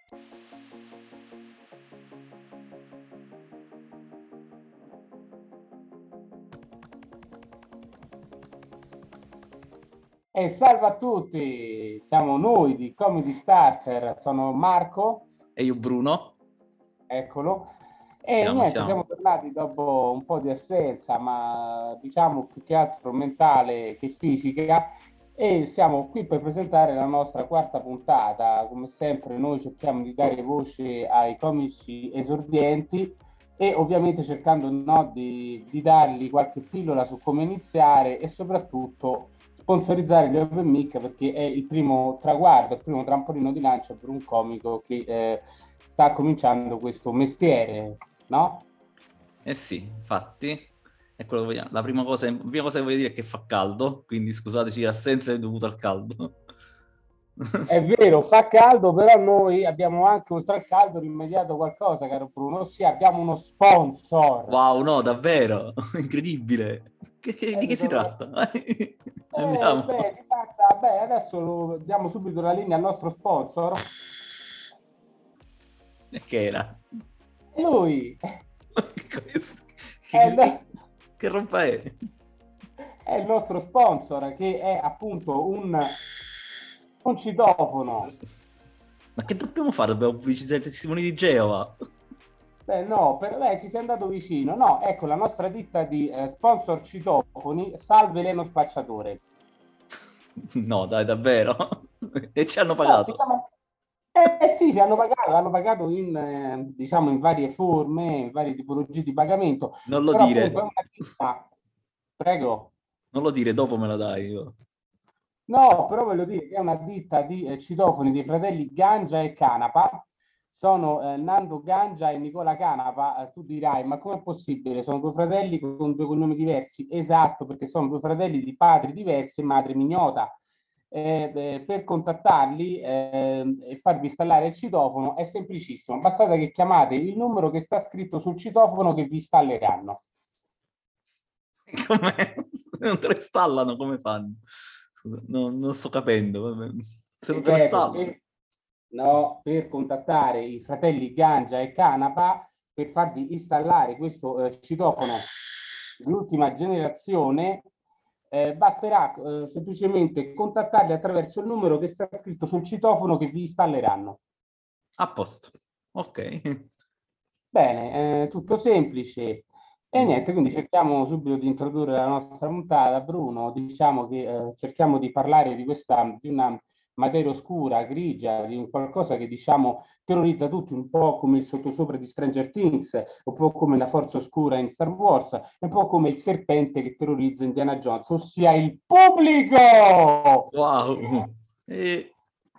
E salve a tutti, siamo noi di Comedy Starter, sono Marco, E io Bruno. eccolo, e niente, siamo tornati dopo un po' di assenza, ma diciamo più che altro mentale che fisica, e siamo qui per presentare la nostra quarta puntata. Come sempre noi cerchiamo di dare voce ai comici esordienti e ovviamente cercando di dargli qualche pillola su come iniziare e soprattutto sponsorizzare gli open mic, perché è il primo traguardo, il primo trampolino di lancio per un comico che sta cominciando questo mestiere, no? Eh sì, infatti, è quello che vogliamo. La prima cosa che voglio dire è che fa caldo, quindi scusateci l'assenza è dovuta al caldo. È vero, fa caldo, però noi abbiamo anche, oltre al caldo, rimediato qualcosa, caro Bruno, ossia abbiamo uno sponsor. Wow, no, davvero, incredibile. Di che si tratta? Andiamo. Si tratta, adesso diamo subito la linea al nostro sponsor. E che era? Lui Questo? è, Che roba è? è il nostro sponsor, che è appunto un citofono. Ma che dobbiamo fare? Dobbiamo pubblicizzare i testimoni di Geova? No, per lei ci sei andato vicino. No, ecco, la nostra ditta di sponsor citofoni, Salve Leno Spacciatore. No, dai, davvero? E ci hanno No, pagato? sì, ci hanno pagato in, diciamo, in varie forme, in varie tipologie di pagamento, Non lo però dire. appunto è una ditta, prego. Non lo dire, dopo me la dai io. No, però voglio dire che è una ditta di citofoni dei fratelli Gangia e Canapa. Sono Nando Gangia e Nicola Canapa. Tu dirai, ma com'è possibile? Sono due fratelli con due cognomi diversi? Esatto, perché sono due fratelli di padri diversi e madre mignota. Per contattarli e farvi installare il citofono è semplicissimo. Basta che chiamate il numero che sta scritto sul citofono che vi installeranno. Come? Non te lo installano, come fanno? Scusa, non sto capendo. Se non te lo Ripeto, installano. per contattare i fratelli Gangia e Canapa per farvi installare questo citofono di ultima generazione, basterà semplicemente contattarli attraverso il numero che sta scritto sul citofono che vi installeranno. A posto. Ok. Bene, tutto semplice. E niente, quindi cerchiamo subito di introdurre la nostra puntata, Bruno. Diciamo che cerchiamo di parlare di una materia oscura, grigia, di un qualcosa che diciamo terrorizza tutti, un po' come il sottosopra di Stranger Things, un po' come la forza oscura in Star Wars, un po' come il serpente che terrorizza Indiana Jones, ossia il pubblico! Wow. E...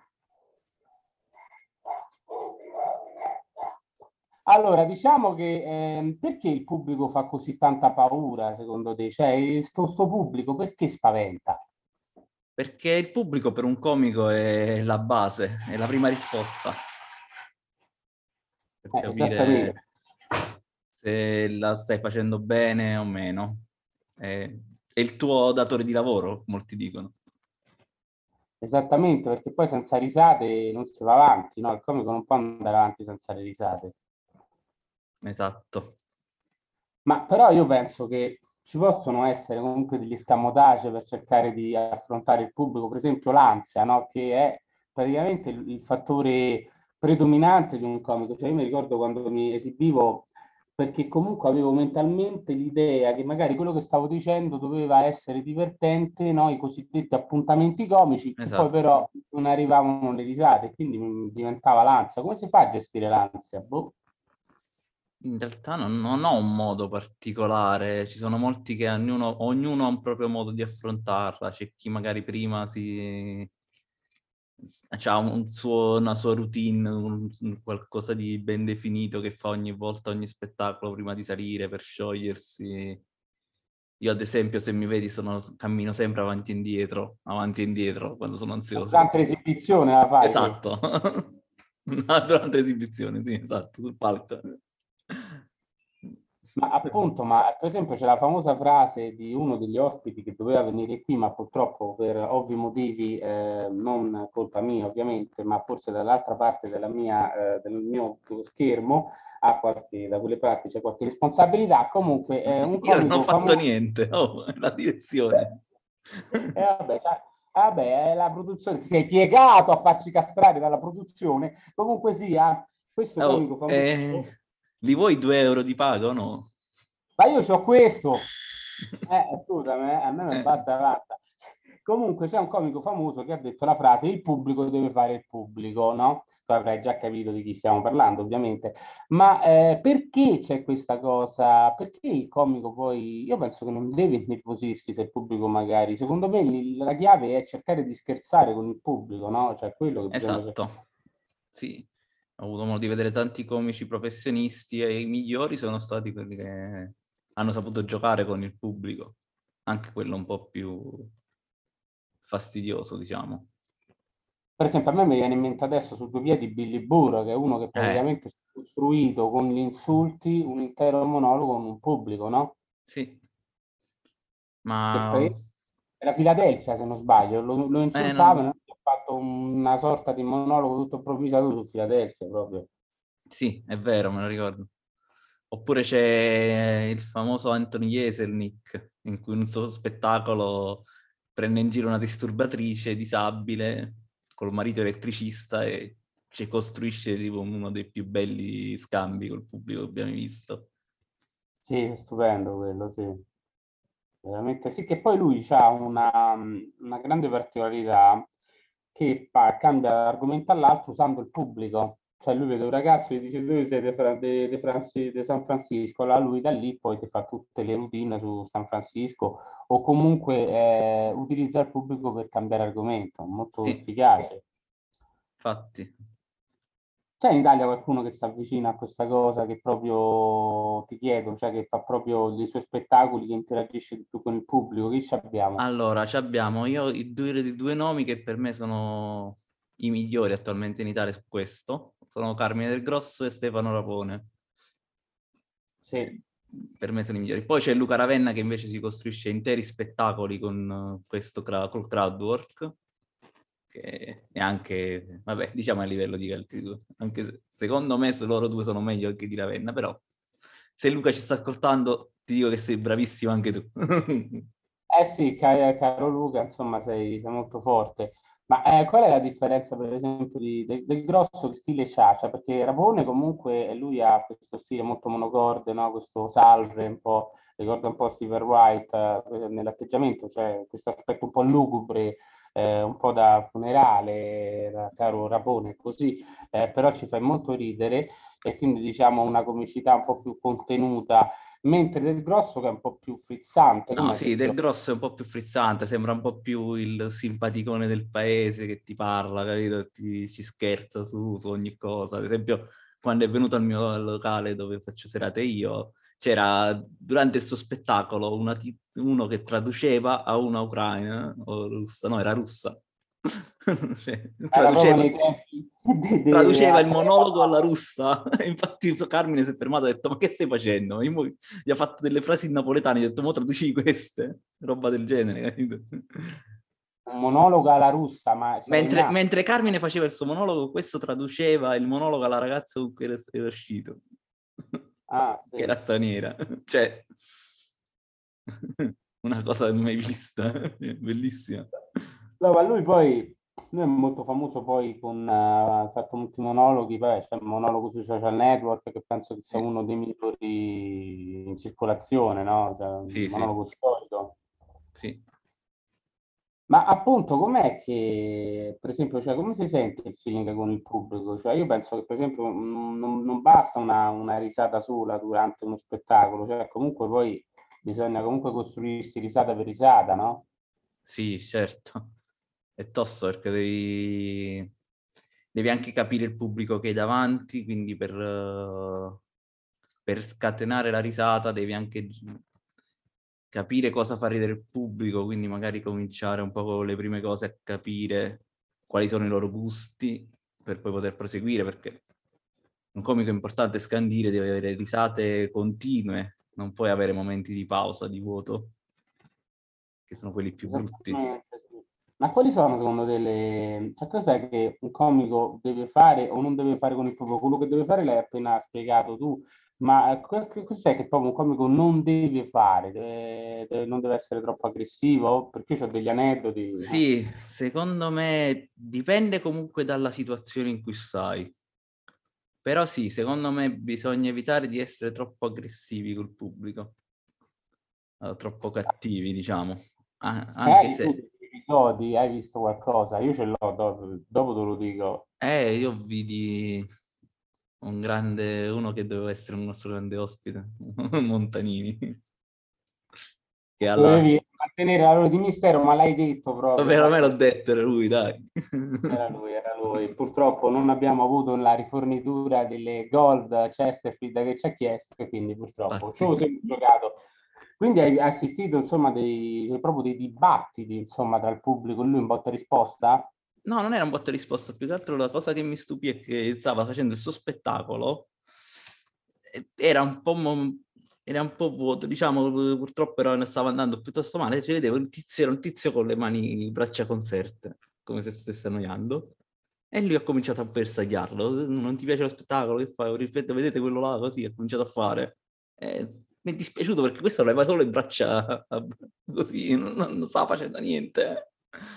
Allora, diciamo che perché il pubblico fa così tanta paura, secondo te? Cioè, sto pubblico perché spaventa? Perché il pubblico per un comico è la base, è la prima risposta. Per capire Esattamente. se la stai facendo bene o meno. È il tuo datore di lavoro, molti dicono. Esattamente, perché poi senza risate non si va avanti, no? Il comico non può andare avanti senza le risate. Esatto. Ma però io penso che ci possono essere comunque degli scamotage per cercare di affrontare il pubblico, per esempio l'ansia, no? Che è praticamente il fattore predominante di un comico. Cioè io mi ricordo quando mi esibivo, perché comunque avevo mentalmente l'idea che magari quello che stavo dicendo doveva essere divertente, no? I cosiddetti appuntamenti comici, che poi Esatto. però non arrivavano le risate, quindi mi diventava l'ansia. Come si fa a gestire l'ansia? Boh. In realtà non ho un modo particolare, ci sono molti che ognuno ha un proprio modo di affrontarla, c'è chi magari prima ha una sua routine, qualcosa di ben definito che fa ogni volta, ogni spettacolo prima di salire per sciogliersi. Io ad esempio, se mi vedi, cammino sempre avanti e indietro quando sono ansioso. Durante l'esibizione la fai? Esatto. Durante l'esibizione, sì, esatto, sul palco. Ma appunto, ma per esempio c'è la famosa frase di uno degli ospiti che doveva venire qui, ma purtroppo per ovvi motivi, non colpa mia ovviamente, ma forse dall'altra parte del mio schermo, da quelle parti c'è qualche responsabilità. Comunque, un Io non ho comico fatto famoso. niente, oh, la direzione. Vabbè, è la produzione, ti sei piegato a farci castrare dalla produzione. Comunque sia, questo Oh, comico famoso. li vuoi 2 euro di paga o no? Ma io c'ho questo. Scusami, a me non Eh, basta avanza. Comunque c'è un comico famoso che ha detto la frase il pubblico deve fare il pubblico, no? Tu avrai già capito di chi stiamo parlando, ovviamente. Ma perché c'è questa cosa? Perché il comico poi, io penso che non deve innervosirsi se il pubblico magari, secondo me la chiave è cercare di scherzare con il pubblico, no? Cioè quello che bisogna cercare. esatto, sì. Ho avuto modo di vedere tanti comici professionisti e i migliori sono stati quelli che hanno saputo giocare con il pubblico, anche quello un po' più fastidioso, diciamo. Per esempio, a me mi viene in mente adesso su due piedi Billy Burr, che è uno che Eh, praticamente si è costruito con gli insulti un intero monologo con un pubblico, no? sì, Che ma era Filadelfia, se non sbaglio, lo insultavano non... e ha fatto una sorta di monologo tutto improvvisato su Filadelfia proprio. Sì, è vero, me lo ricordo. Oppure c'è il famoso Anthony Jeselnik, in cui in un suo spettacolo prende in giro una disturbatrice disabile col marito elettricista e ci costruisce tipo uno dei più belli scambi col pubblico che abbiamo visto. Sì, è stupendo quello, sì. Veramente sì, che poi lui ha una grande particolarità che cambia argomento all'altro usando il pubblico. Cioè lui vede un ragazzo e dice dove sei di San Francisco, allora lui da lì poi ti fa tutte le routine su San Francisco o comunque utilizza il pubblico per cambiare argomento, molto Sì, efficace. infatti. C'è in Italia qualcuno che sta vicino a questa cosa, che proprio ti chiedo, cioè che fa proprio dei suoi spettacoli, che interagisce di più con il pubblico? Chi ci abbiamo? Allora, ci abbiamo io i due nomi che per me sono i migliori attualmente in Italia su questo. Sono Carmine Del Grosso e Stefano Rapone. Sì. Per me sono i migliori. Poi c'è Luca Ravenna che invece si costruisce interi spettacoli con col crowd work, che è anche, vabbè, diciamo a livello di altri due. Anche se secondo me se loro due sono meglio anche di Ravenna, però se Luca ci sta ascoltando ti dico che sei bravissimo anche tu. Eh sì, caro Luca, insomma, sei molto forte. Ma qual è la differenza, per esempio, del grosso stile Ciacia? Perché Rapone comunque lui ha questo stile molto monocorde, no? Questo salve, un po', ricorda un po' Steve White nell'atteggiamento, cioè questo aspetto un po' lugubre, un po' da funerale, caro Rapone, così, però ci fai molto ridere e quindi diciamo una comicità un po' più contenuta, mentre del grosso che è un po' più frizzante, No, com'è che sì, te Del lo... Grosso è un po' più frizzante, sembra un po' più il simpaticone del paese che ti parla, capito? Ci scherza su ogni cosa. Ad esempio, quando è venuto al mio locale dove faccio serate io, c'era durante il suo spettacolo uno che traduceva a una ucraina, o russa, no, era russa. Cioè, Era proprio traduceva nei tempi traduceva il Andrea monologo alla Papà. russa. Infatti Carmine si è fermato e ha detto: ma che stai facendo? Gli ha fatto delle frasi in napoletano, gli ha detto: mo traduci queste, roba del genere, capito? Un monologo alla russa, ma c'era rimasto. Mentre Carmine faceva il suo monologo, questo traduceva il monologo alla ragazza con cui era uscito, Ah, che era sì. straniera. Cioè, una cosa mai vista, bellissima. No, ma lui è molto famoso poi ha fatto molti monologhi, poi c'è un monologo sui social network che penso che sia Sì, uno dei migliori in circolazione, no? Cioè, un sì, sì, monologo storico. sì. Ma appunto, com'è che, per esempio, cioè, come si sente il feeling con il pubblico? Cioè, io penso che, per esempio, non basta una risata sola durante uno spettacolo, cioè, comunque poi bisogna comunque costruirsi risata per risata, no? Sì, certo. È tosto perché devi anche capire il pubblico che hai davanti, quindi per scatenare la risata devi anche capire cosa fa ridere il pubblico, quindi magari cominciare un po' con le prime cose a capire quali sono i loro gusti per poi poter proseguire, perché un comico importante scandire deve avere risate continue, non puoi avere momenti di pausa, di vuoto, che sono quelli più brutti. Sì. Ma quali sono secondo te cioè, cos'è che un comico deve fare o non deve fare con il pubblico? Quello che deve fare l'hai appena spiegato tu, ma cos'è che proprio un comico non deve fare? Non deve essere troppo aggressivo? Perché io ho degli aneddoti. Sì, secondo me dipende comunque dalla situazione in cui stai. Però sì, secondo me bisogna evitare di essere troppo aggressivi col pubblico, troppo cattivi, diciamo. Anche Hai tu se... degli episodi, hai visto qualcosa? Io ce l'ho, dopo te lo dico. Io vidi uno che doveva essere un nostro grande ospite, Montanini, che alla... Dovevi mantenere la loro di mistero, ma l'hai detto proprio. Vabbè, me l'ho detto, era lui, dai. Era lui, era lui. Purtroppo non abbiamo avuto la rifornitura delle Gold Chesterfield che ci ha chiesto, e quindi purtroppo ci ho Infatti. sempre giocato. Quindi hai assistito, insomma, proprio dei dibattiti, insomma, tra il pubblico e lui in botta e risposta? No, non era un botta e risposta, più che altro la cosa che mi stupì è che stava facendo il suo spettacolo, era un po', era un po' vuoto, diciamo, purtroppo però stava andando piuttosto male, ci vedevo era un tizio con le mani, braccia conserte, come se stesse annoiando, e lui ha cominciato a bersagliarlo, non ti piace lo spettacolo, che fai? Ripeto, vedete quello là, così, ha cominciato a fare. Mi è dispiaciuto perché questo aveva solo le braccia così, non stava facendo niente.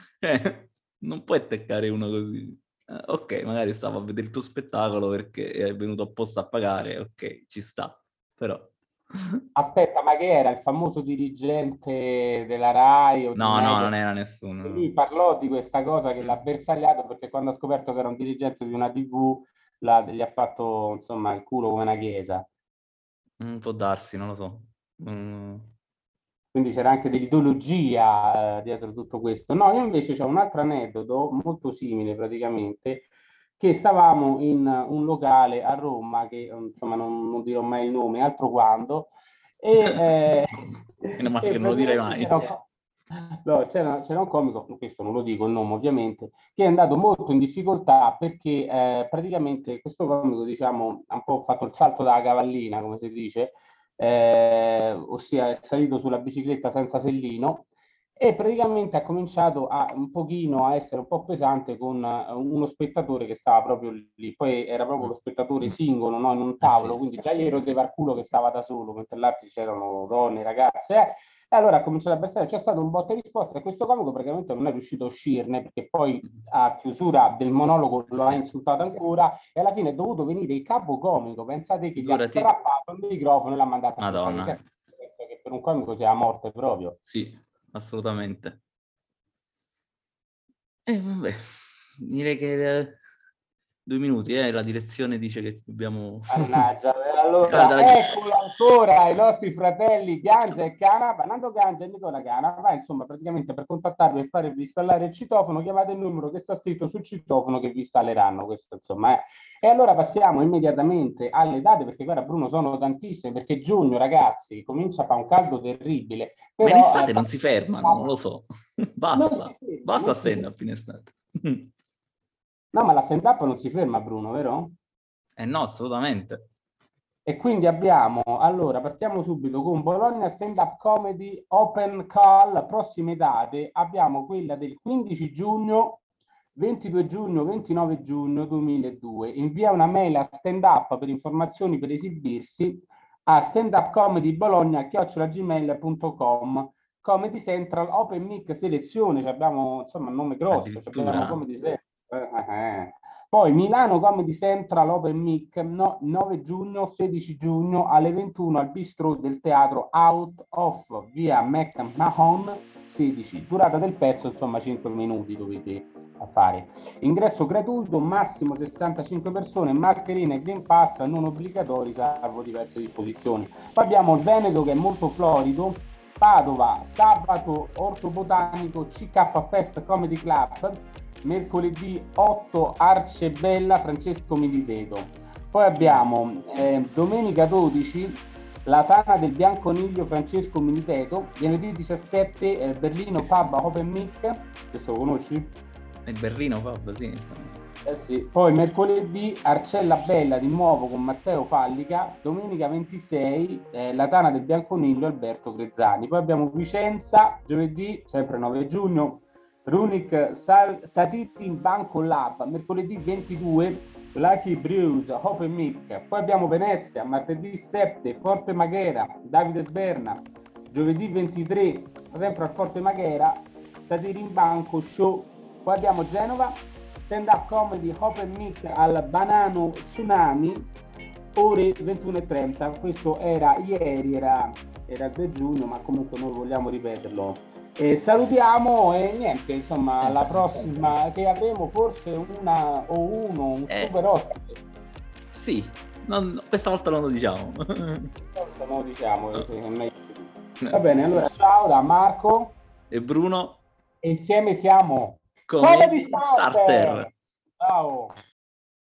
Non puoi attaccare uno così. Ok, magari stavo a vedere il tuo spettacolo perché è venuto apposta a pagare, ok, ci sta, però... Aspetta, ma che era il famoso dirigente della Rai o di No, non Mediaset? era nessuno. E No. lui parlò di questa cosa che l'ha bersagliato perché quando ha scoperto che era un dirigente di una TV gli ha fatto insomma il culo come una chiesa. Può darsi, non lo so. Mm. Quindi c'era anche dell'ideologia dietro tutto questo. No, io invece ho un altro aneddoto molto simile praticamente, che stavamo in un locale a Roma, che insomma non dirò mai il nome, altro quando, e, Meno male e che non lo direi praticamente mai. no, c'era un comico, questo non lo dico il nome ovviamente, che è andato molto in difficoltà perché praticamente questo comico, diciamo, ha un po' fatto il salto dalla cavallina, come si dice, ossia è salito sulla bicicletta senza sellino e praticamente ha cominciato un pochino a essere un po' pesante con uno spettatore che stava proprio lì. Poi era proprio lo spettatore singolo, no? In un tavolo, Sì. quindi già gli rodeva il culo che stava da solo, mentre l'altro c'erano donne, ragazze. E allora ha cominciato a bestare, c'è stato un botta e risposta e questo comico praticamente non è riuscito a uscirne perché poi a chiusura del monologo lo ha Sì. insultato ancora e alla fine è dovuto venire il capo comico, pensate che gli ha Figurati. strappato il microfono e l'ha mandato a puttane. Madonna. Certo, che per un comico sia a morte proprio. Sì, assolutamente. E vabbè, direi che 2 minuti, la direzione dice che dobbiamo... Mannaggia, allora Guarda, eccolo ancora i nostri fratelli Gangia e Canapa, Nando Gangia e Nicola Canapa, insomma praticamente per contattarvi e farvi installare il citofono chiamate il numero che sta scritto sul citofono che vi installeranno, questo insomma è. E allora passiamo immediatamente alle date perché guarda Bruno sono tantissime perché giugno ragazzi comincia a fare un caldo terribile, ma in però estate non si fermano, non lo so. non si Basta, ferma, basta non si stand ferma. up in estate. No, ma la stand-up non si ferma Bruno, vero? No, assolutamente. E quindi abbiamo, allora, partiamo subito con Bologna Stand Up Comedy Open Call, prossime date, abbiamo quella del 15 giugno, 22 giugno, 29 giugno 2002. Invia una mail a Stand Up per informazioni per esibirsi a standupcomedybologna@gmail.com. Comedy Central Open Mic selezione, abbiamo insomma un nome grosso, abbiamo Addirittura. Comedy Central. Poi Milano Comedy Central Open Mic 9 giugno, 16 giugno alle 21 al bistro del teatro Out of via McMahon 16. Durata del pezzo insomma 5 minuti dovete fare. Ingresso gratuito, massimo 65 persone, mascherine e Green Pass non obbligatori salvo diverse disposizioni. Poi abbiamo il Veneto che è molto florido, Padova, sabato Ortobotanico CK Fest Comedy Club, mercoledì 8 Arcebella Francesco Militeto. Poi abbiamo domenica 12 La Tana del Bianconiglio Francesco Militeto, venerdì 17 Berlino Pub Open Mic, questo lo conosci? Il Berlino Pub, sì. Sì. Poi mercoledì Arcella Bella di nuovo con Matteo Fallica, domenica 26 La Tana del Bianconiglio Alberto Grezzani. Poi abbiamo Vicenza, giovedì, sempre 9 giugno, Runic Satiri in Banco Lab, mercoledì 22 Lucky Brews, Open Mic. Poi abbiamo Venezia, martedì 7 Forte Maghera, Davide Sberna, giovedì 23 sempre al Forte Maghera, Satiri in Banco Show. Poi abbiamo Genova, stand-up comedy Open Mic al Banano Tsunami, ore 21:30. Questo era ieri, era il 2 giugno, ma comunque noi vogliamo ripeterlo. Salutiamo e niente, insomma, la prossima che avremo forse un super ospite. Sì, questa volta non lo diciamo. Non lo diciamo. Va bene, allora ciao da Marco e Bruno. E insieme siamo Comedy Starter. Ciao.